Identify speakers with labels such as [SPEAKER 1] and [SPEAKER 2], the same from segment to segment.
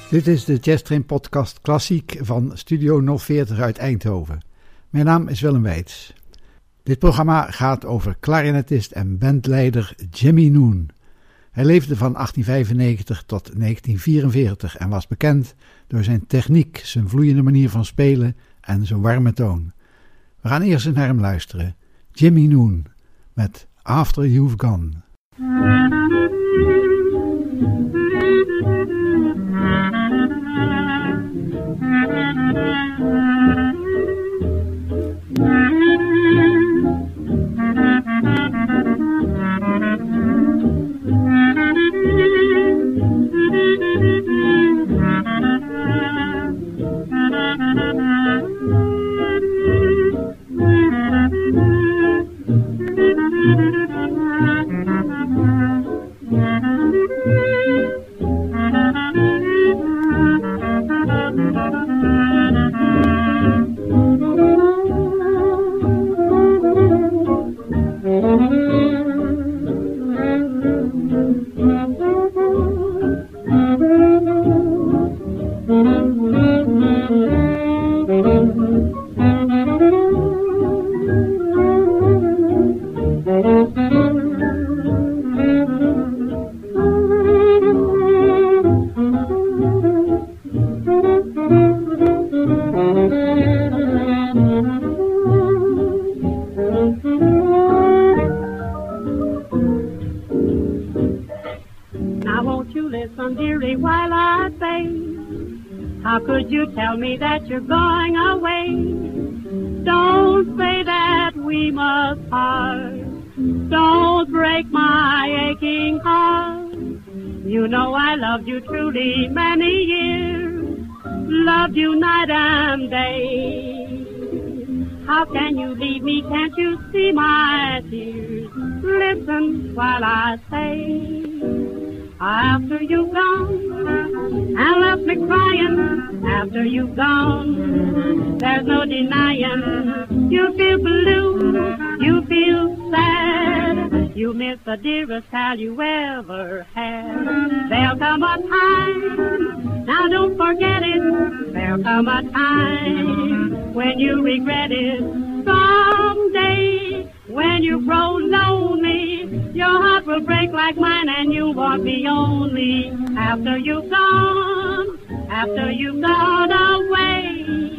[SPEAKER 1] Dit is de Jazz Train Podcast Klassiek van Studio 040 uit Eindhoven. Mijn naam is Willem Weits. Dit programma gaat over klarinetist en bandleider Jimmy Noone. Hij leefde van 1895 tot 1944 en was bekend door zijn techniek, zijn vloeiende manier van spelen en zijn warme toon. We gaan eerst eens naar hem luisteren. Jimmy Noone met After You've Gone.
[SPEAKER 2] How could you tell me that you're going away? Don't say that we must part. Don't break my aching heart. You know I loved you truly many years. Loved you night and day. How can you leave me? Can't you see my tears? Listen while I say. After you've gone and left me crying, after you've gone, there's no denying. You feel blue, you feel sad, you miss the dearest pal you ever had. There'll come a time, now don't forget it, there'll come a time when you regret it. Someday, when you grow lonely, your heart will break like mine and you won't be only after you've gone away.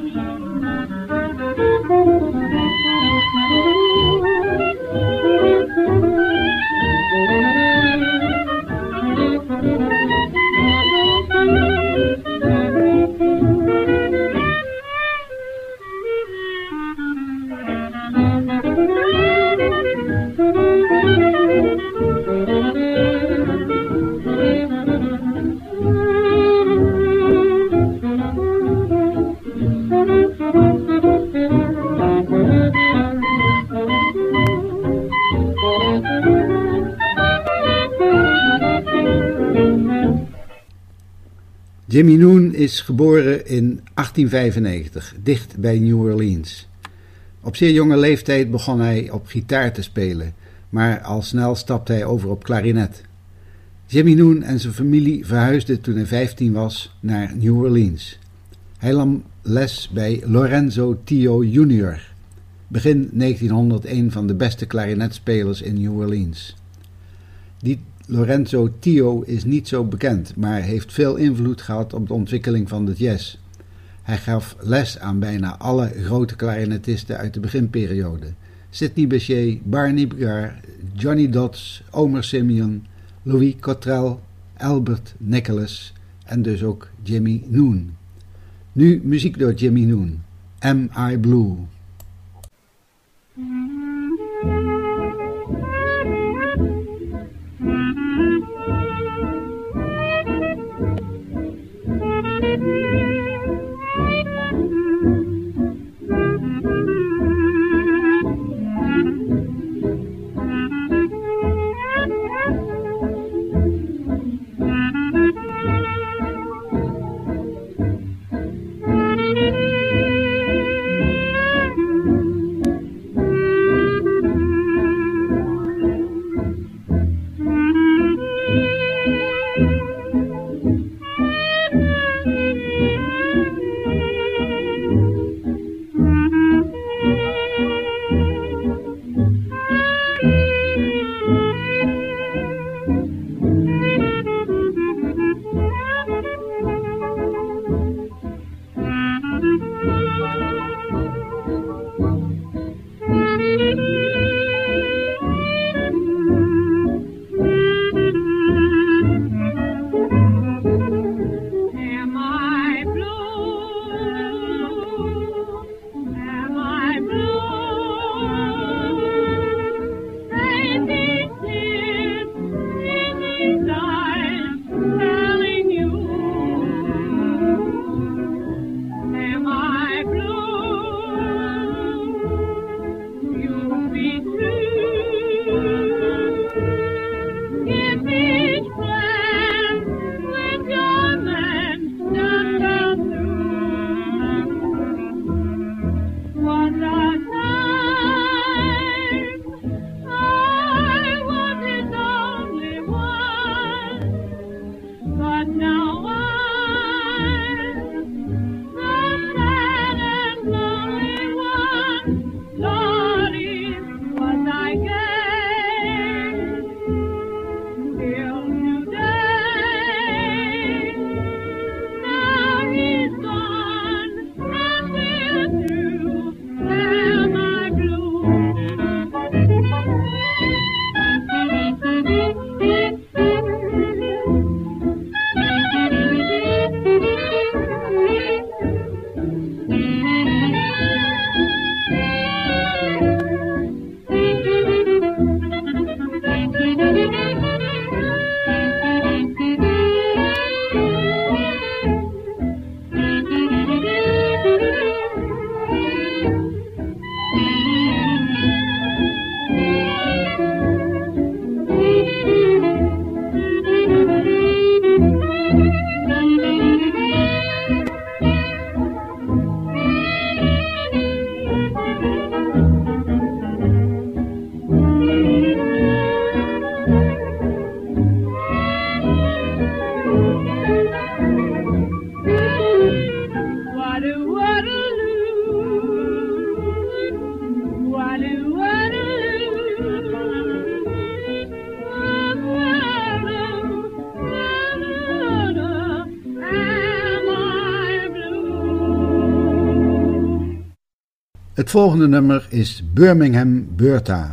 [SPEAKER 1] Jimmy Noone is geboren in 1895, dicht bij New Orleans. Op zeer jonge leeftijd begon hij op gitaar te spelen, maar al snel stapte hij over op klarinet. Jimmy Noone en zijn familie verhuisden toen hij 15 was naar New Orleans. Hij nam les bij Lorenzo Tio Jr., begin 1900 een van de beste klarinetspelers in New Orleans. Die Lorenzo Tio is niet zo bekend, maar heeft veel invloed gehad op de ontwikkeling van de jazz. Hij gaf les aan bijna alle grote klarinetisten uit de beginperiode. Sidney Bechet, Barney Bigard, Johnny Dodds, Omer Simeon, Louis Cottrell, Albert Nicholas en dus ook Jimmy Noone. Nu muziek door Jimmy Noone. Am I Blue? Het volgende nummer is Birmingham Bertha.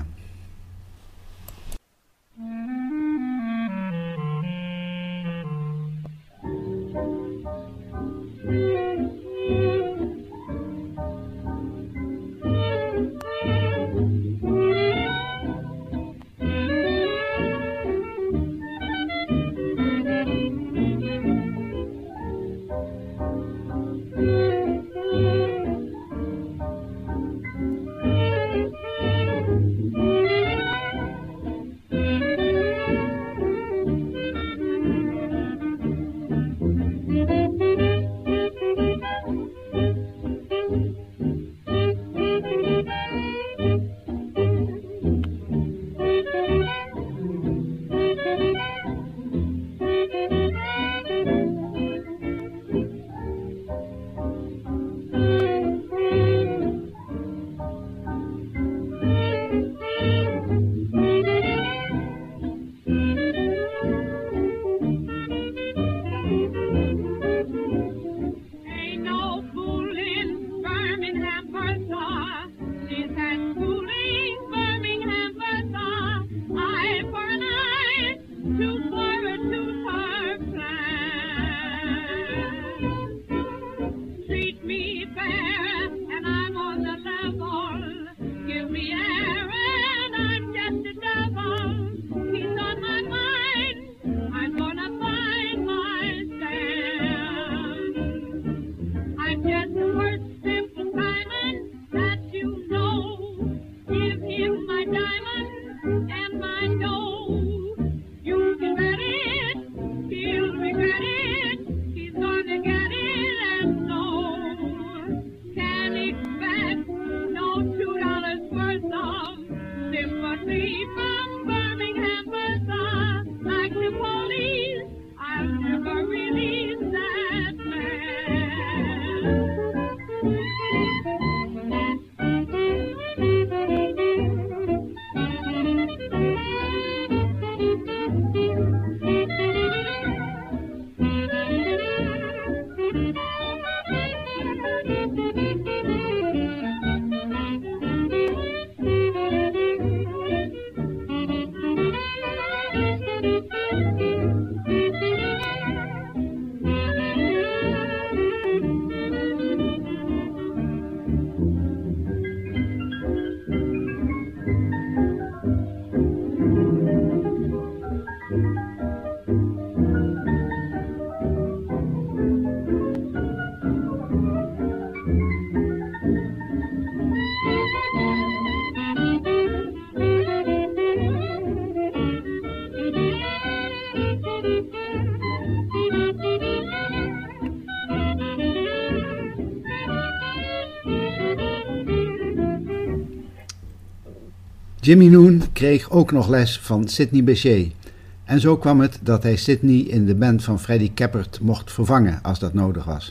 [SPEAKER 1] Jimmy Noon kreeg ook nog les van Sidney Bechet. En zo kwam het dat hij Sidney in de band van Freddie Keppert mocht vervangen als dat nodig was.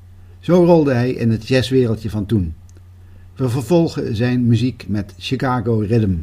[SPEAKER 1] Zo rolde hij in het jazzwereldje van toen. We vervolgen zijn muziek met Chicago Rhythm.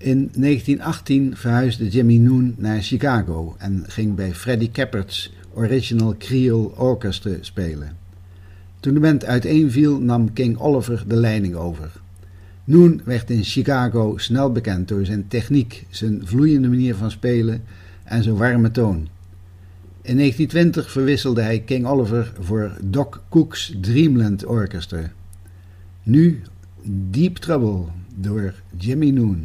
[SPEAKER 1] In 1918 verhuisde Jimmy Noone naar Chicago en ging bij Freddie Cappert's Original Creole Orchestra spelen. Toen de band uiteenviel nam King Oliver de leiding over. Noone werd in Chicago snel bekend door zijn techniek, zijn vloeiende manier van spelen en zijn warme toon. In 1920 verwisselde hij King Oliver voor Doc Cook's Dreamland Orchestra. Nu Deep Trouble door Jimmy Noone.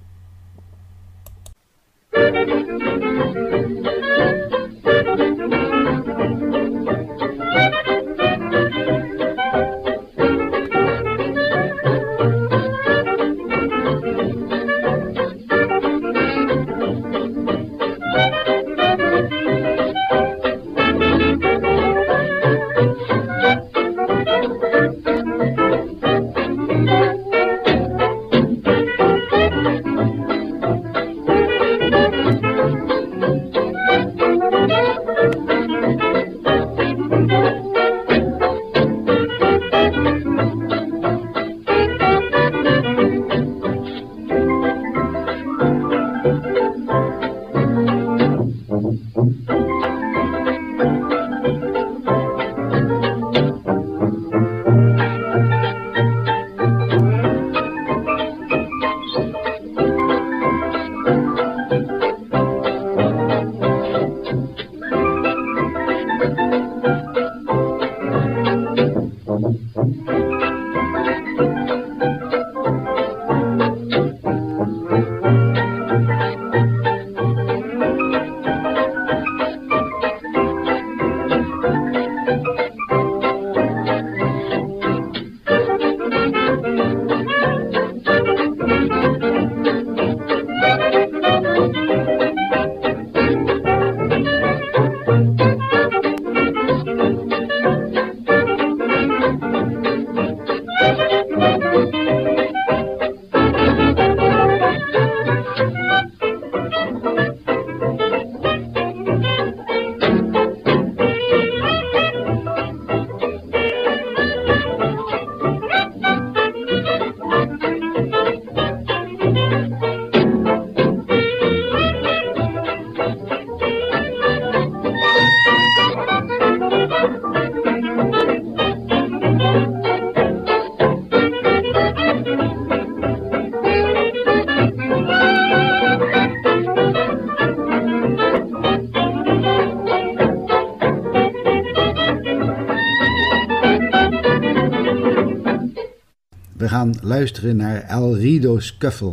[SPEAKER 1] We gaan luisteren naar El Rido Scuffle.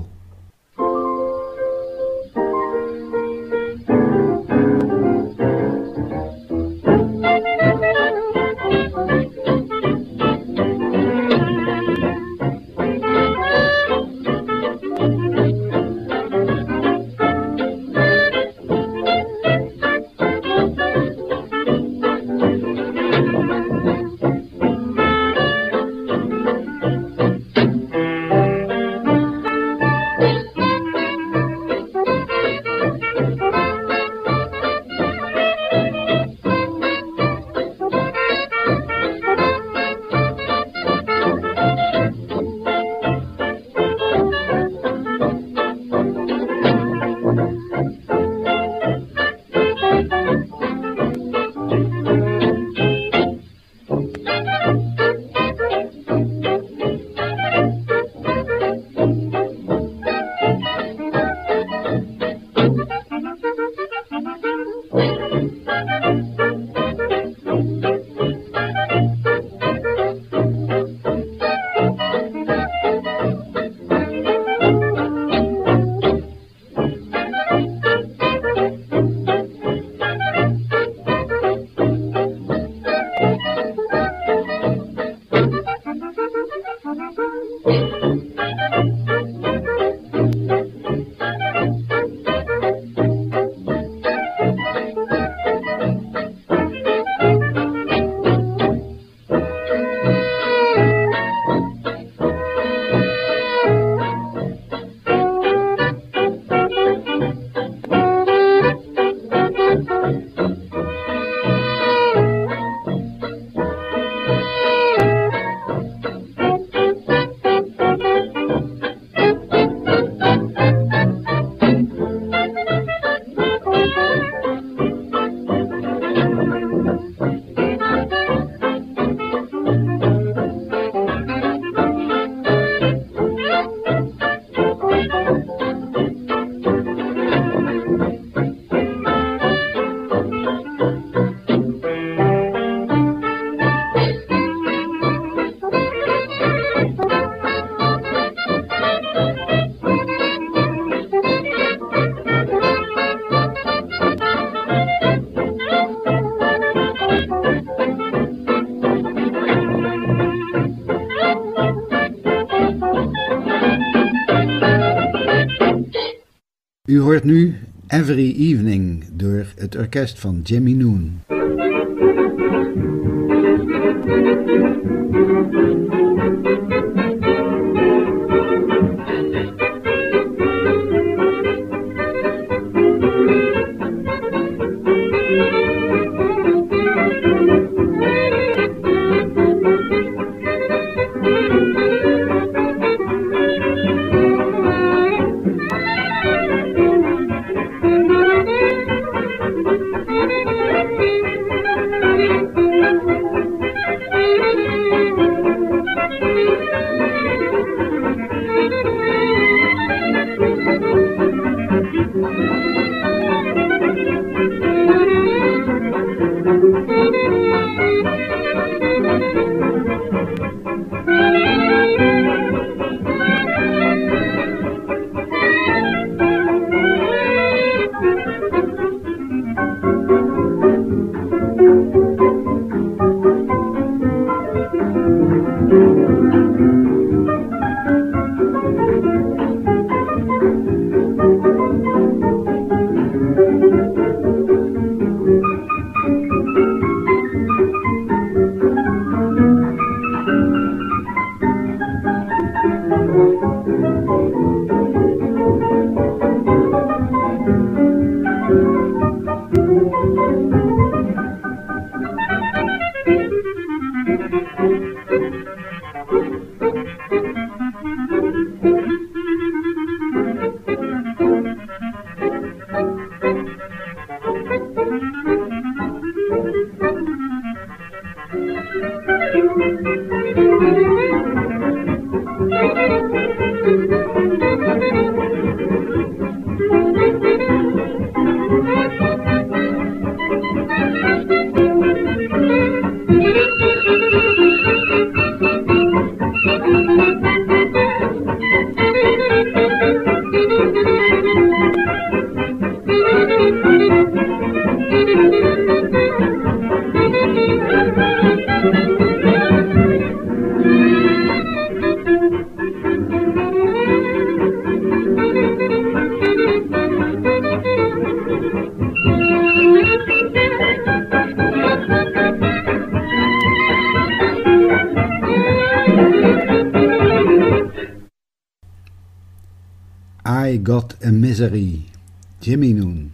[SPEAKER 1] U hoort nu Every Evening door het orkest van Jimmy Noon. I Got a Misery, Jimmy Noon.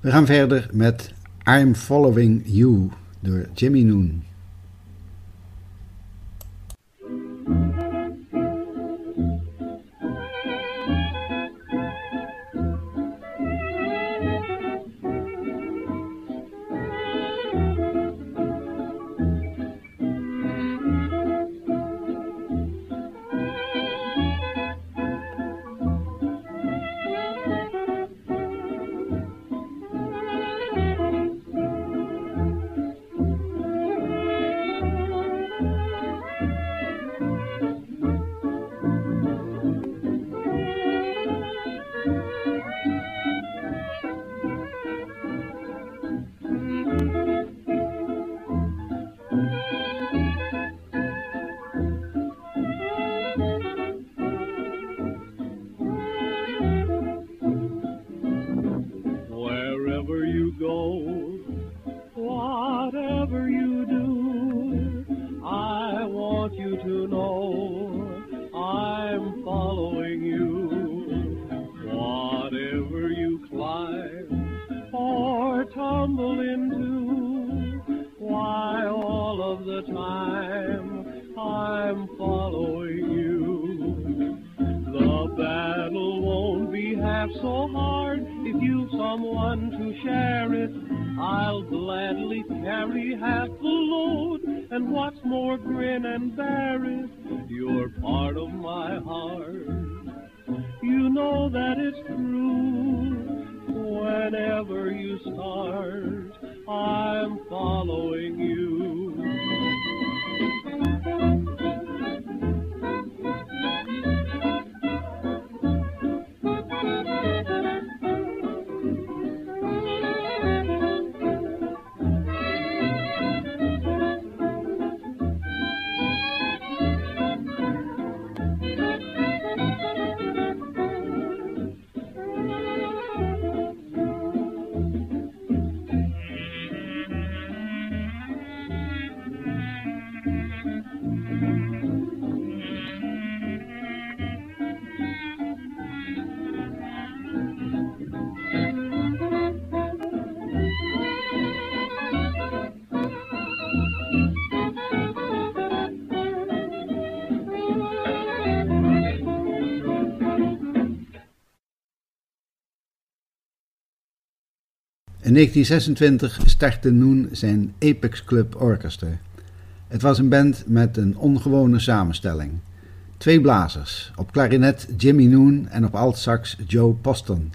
[SPEAKER 1] We gaan verder met I'm Following You door Jimmy Noon. In 1926 startte Noon zijn Apex Club Orchestra. Het was een band met een ongewone samenstelling. 2 blazers, op klarinet Jimmy Noon en op altsax Joe Poston.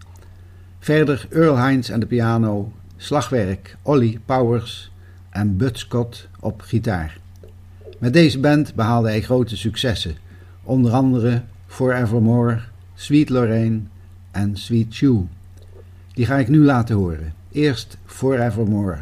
[SPEAKER 1] Verder Earl Hines aan de piano, slagwerk Ollie Powers en Bud Scott op gitaar. Met deze band behaalde hij grote successen, onder andere Forevermore, Sweet Lorraine en Sweet Shoe. Die ga ik nu laten horen. Eerst Forevermore.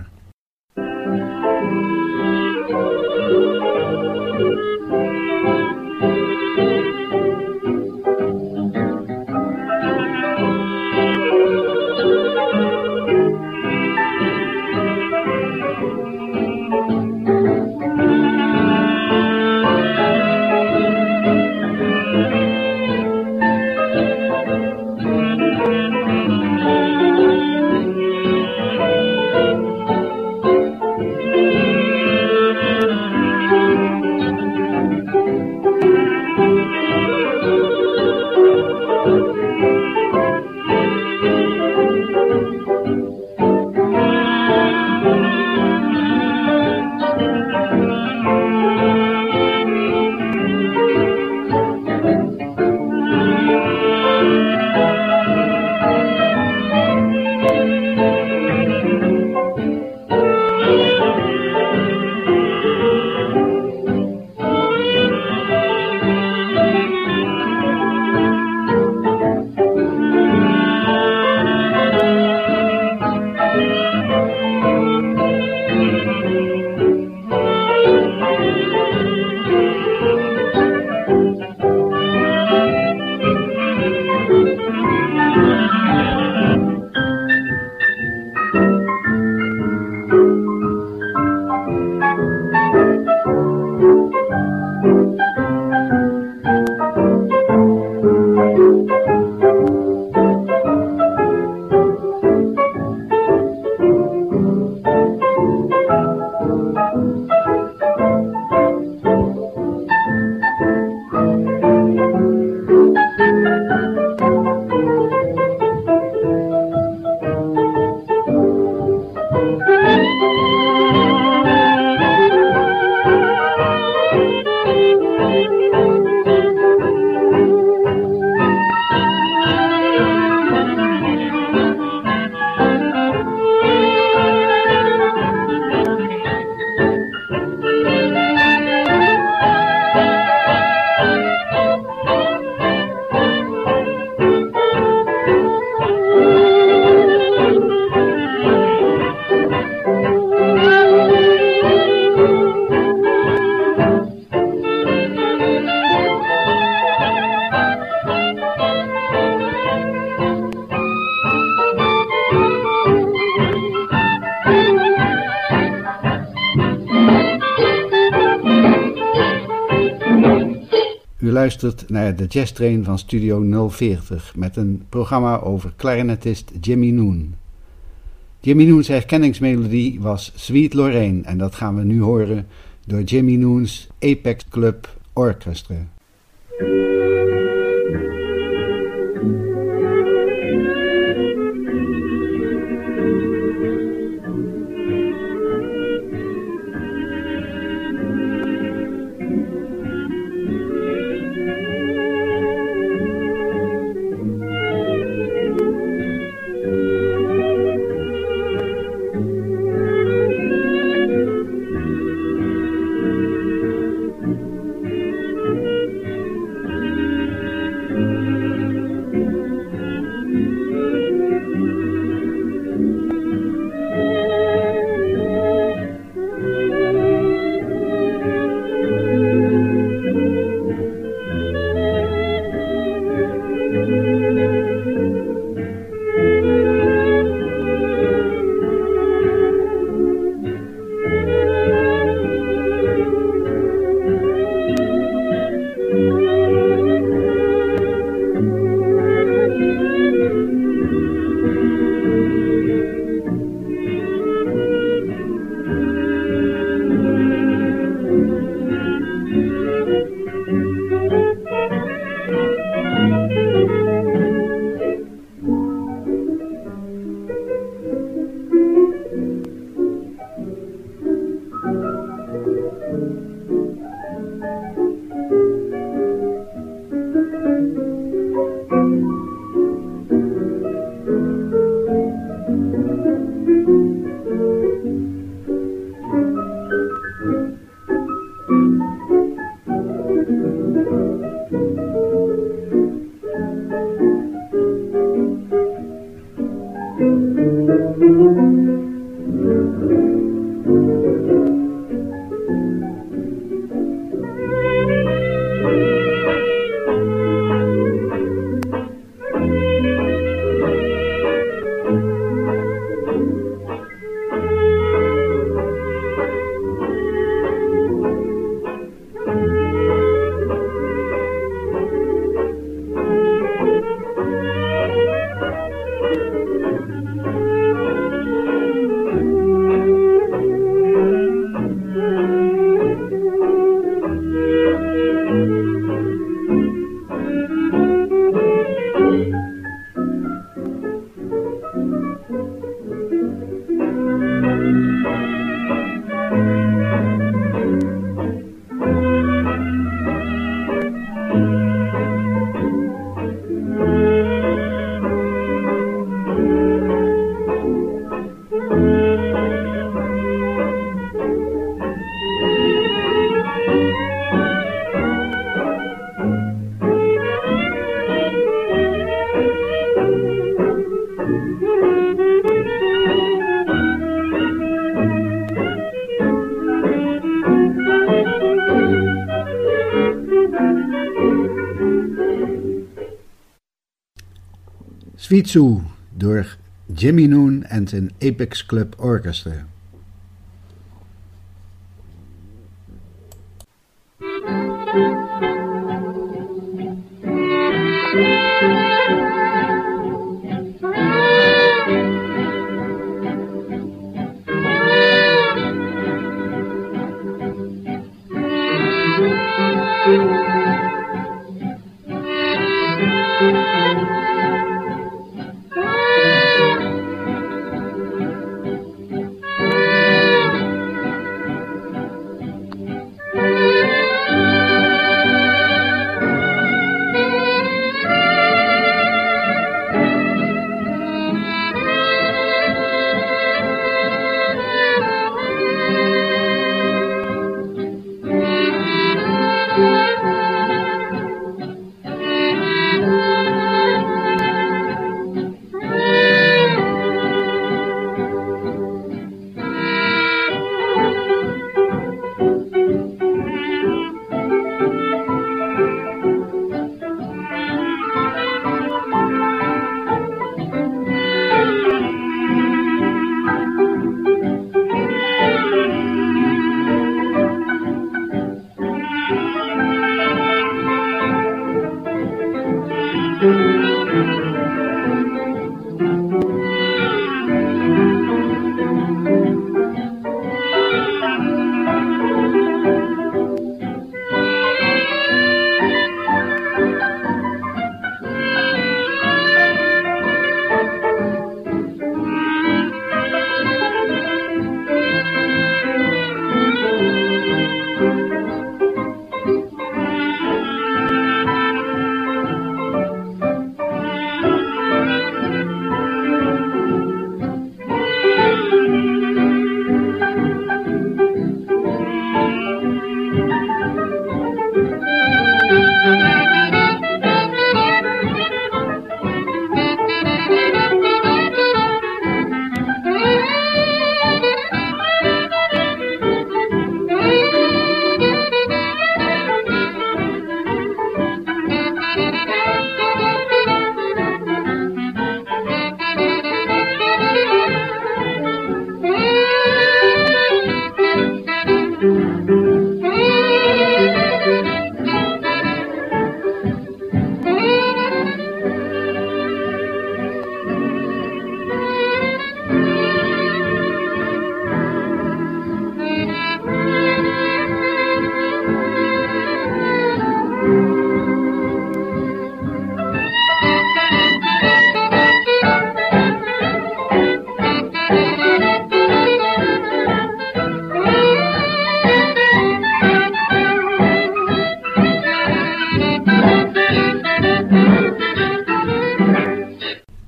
[SPEAKER 1] luistert naar de Jazz Train van Studio 040 met een programma over clarinetist Jimmy Noon. Jimmy Noon's herkenningsmelodie was Sweet Lorraine en dat gaan we nu horen door Jimmy Noon's Apex Club Orchestra. Sweet Sue door Jimmy Noon en zijn Apex Club Orchestra.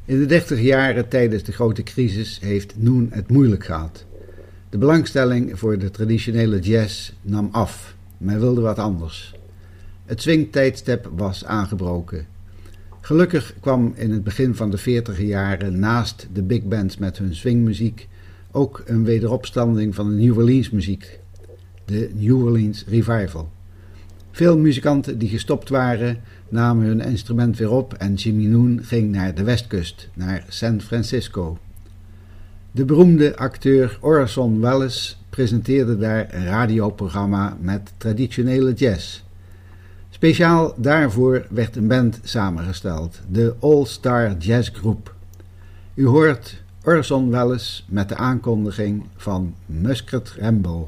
[SPEAKER 1] In de 30 jaren tijdens de grote crisis heeft Noon het moeilijk gehad. De belangstelling voor de traditionele jazz nam af. Men wilde wat anders. Het swingtijdstip was aangebroken. Gelukkig kwam in het begin van de 40 jaren naast de big bands met hun swingmuziek ook een wederopstanding van de New Orleans muziek, de New Orleans Revival. Veel muzikanten die gestopt waren namen hun instrument weer op en Jimmy Noon ging naar de westkust, naar San Francisco. De beroemde acteur Orson Welles presenteerde daar een radioprogramma met traditionele jazz. Speciaal daarvoor werd een band samengesteld, de All-Star Jazz Group. U hoort Orson Welles met de aankondiging van Muscat Ramble.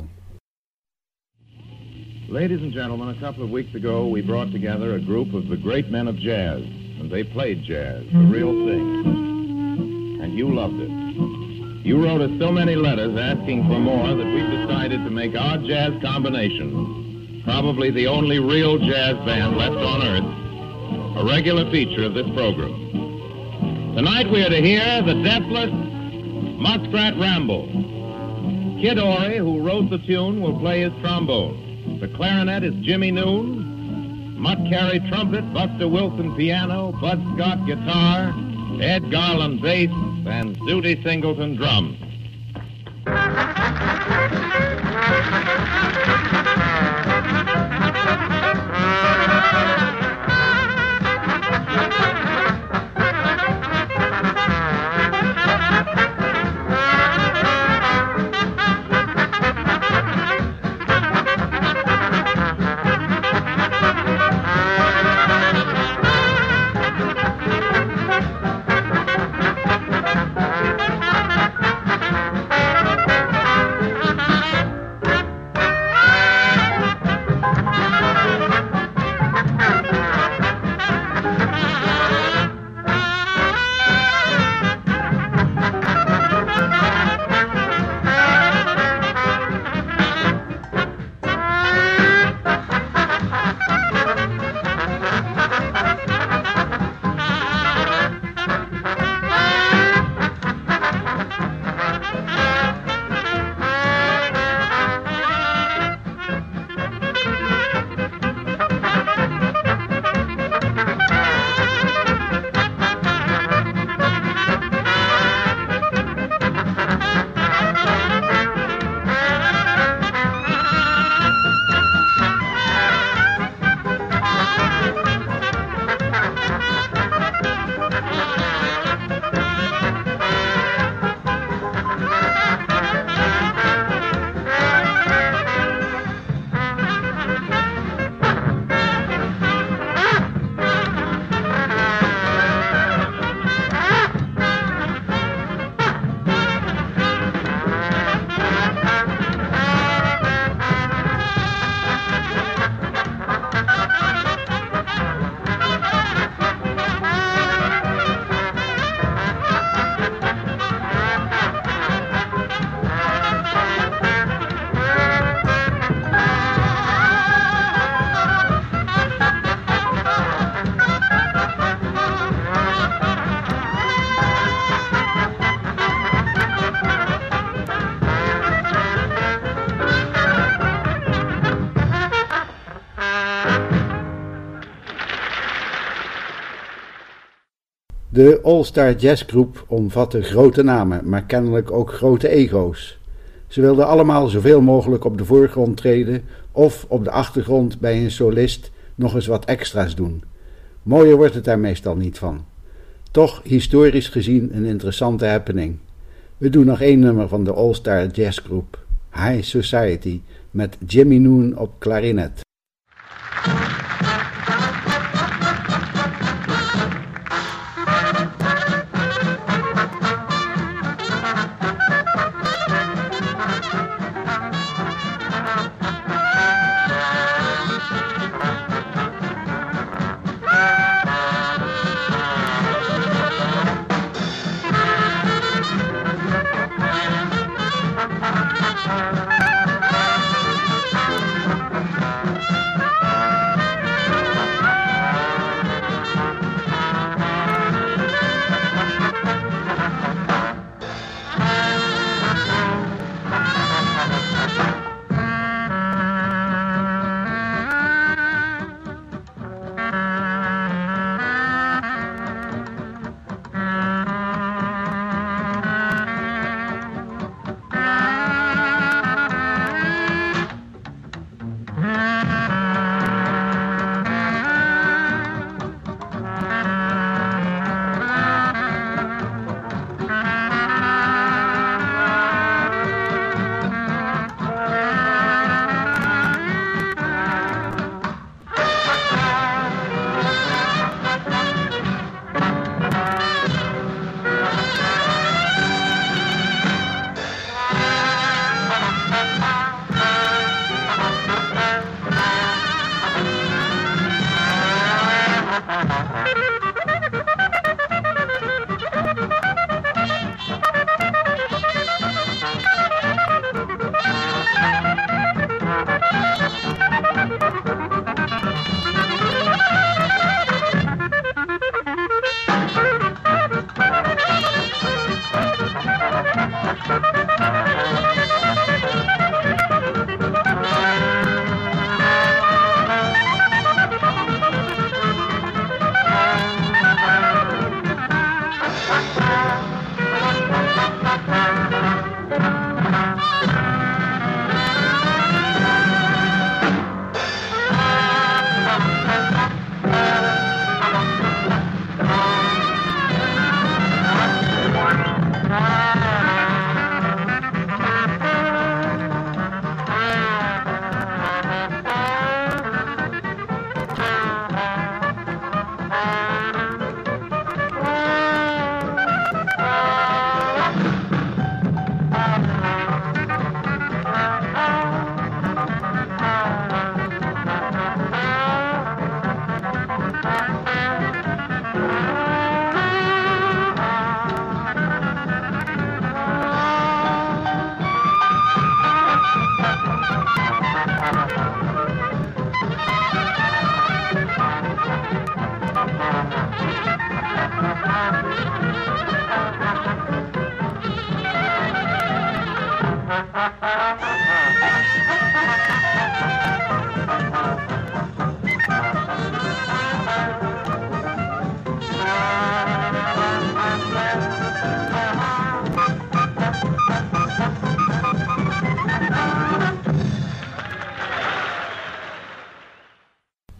[SPEAKER 3] Ladies and gentlemen, a couple of weeks ago we brought together a group of the great men of jazz, and they played jazz, the real thing. And you loved it. You wrote us so many letters asking for more that we decided to make our jazz combination, probably the only real jazz band left on earth, a regular feature of this program. Tonight we are to hear the deathless Muskrat Ramble. Kid Ory, who wrote the tune, will play his trombone. The clarinet is Jimmy Noon, Mutt Carey trumpet, Buster Wilson piano, Bud Scott guitar, Ed Garland bass, and Zooty Singleton drums.
[SPEAKER 1] De All-Star Jazz Group omvatte grote namen, maar kennelijk ook grote ego's. Ze wilden allemaal zoveel mogelijk op de voorgrond treden of op de achtergrond bij een solist nog eens wat extra's doen. Mooier wordt het daar meestal niet van. Toch historisch gezien een interessante happening. We doen nog 1 nummer van de All-Star Jazz Group, High Society, met Jimmy Noon op klarinet.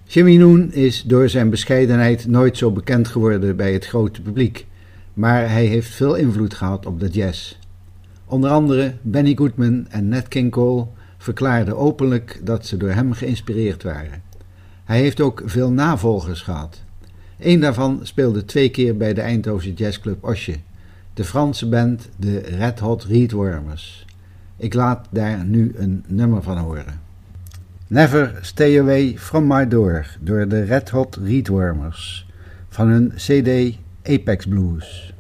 [SPEAKER 1] Jimmy Noon is door zijn bescheidenheid nooit zo bekend geworden bij het grote publiek, maar hij heeft veel invloed gehad op de jazz. Onder andere Benny Goodman en Nat King Cole verklaarden openlijk dat ze door hem geïnspireerd waren. Hij heeft ook veel navolgers gehad. Eén daarvan speelde 2 keer bij de Eindhovense jazzclub Osje, de Franse band de Red Hot Reedwarmers. Ik laat daar nu een nummer van horen. Never Stay Away From My Door door de Red Hot Reedwarmers van hun CD Apex Blues.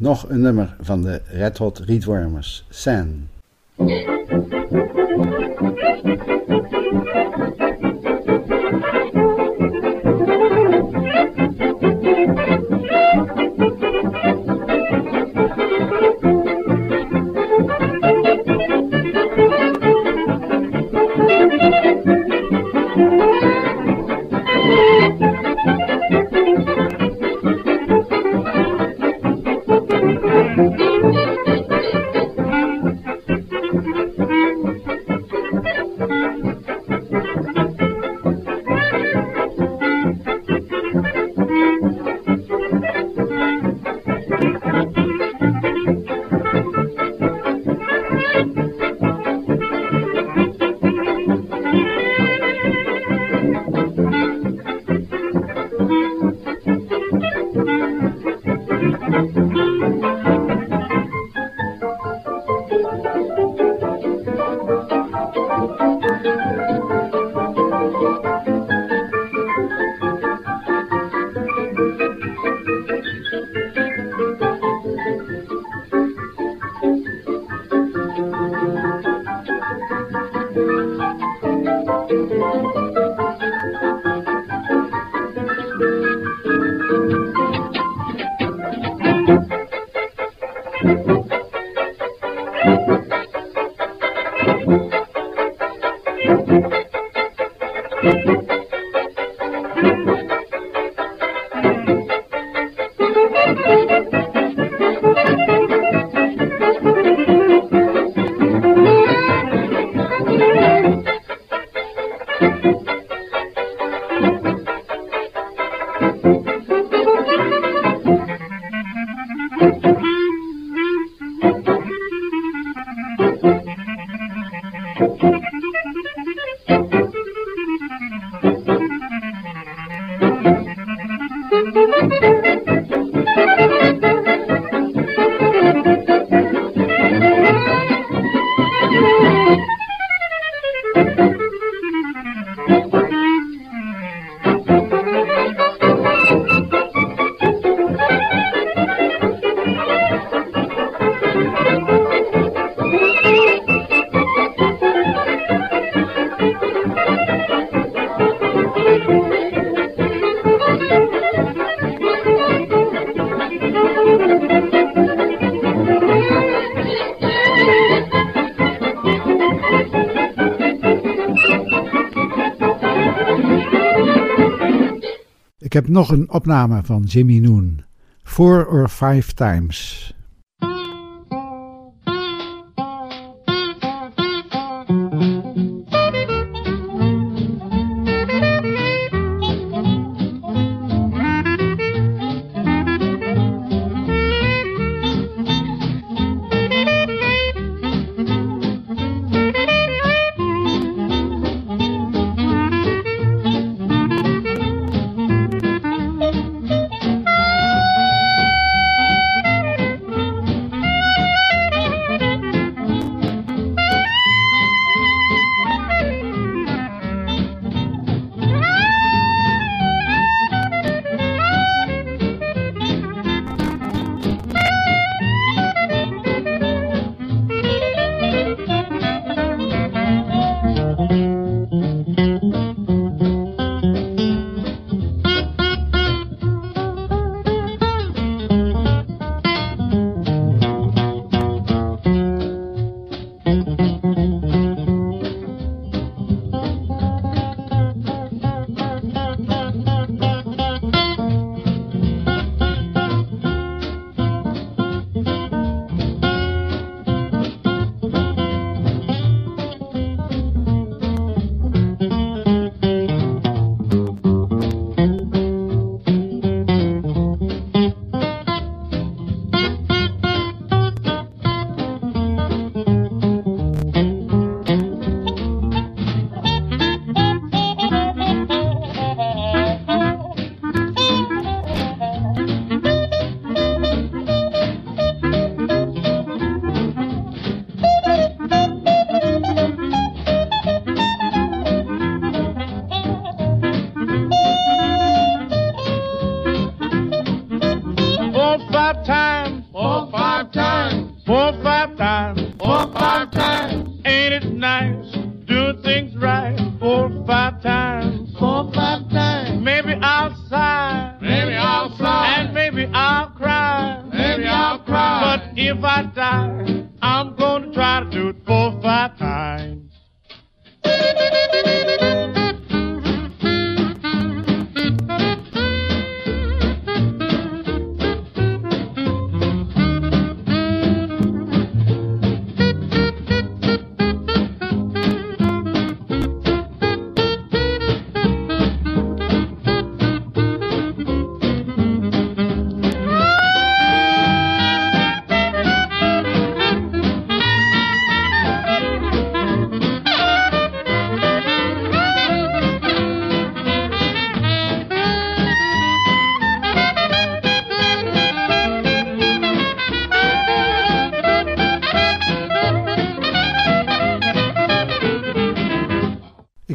[SPEAKER 1] nog een nummer van de Red Hot Rietwormers, San. Ik heb nog een opname van Jimmy Noon. 4 or 5 times.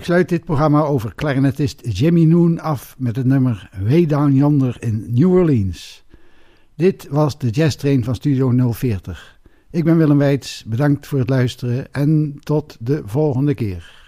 [SPEAKER 1] Ik sluit dit programma over clarinetist Jimmy Noon af met het nummer Way Down Yonder in New Orleans. Dit was de Jazz Train van Studio 040. Ik ben Willem Weits, bedankt voor het luisteren en tot de volgende keer.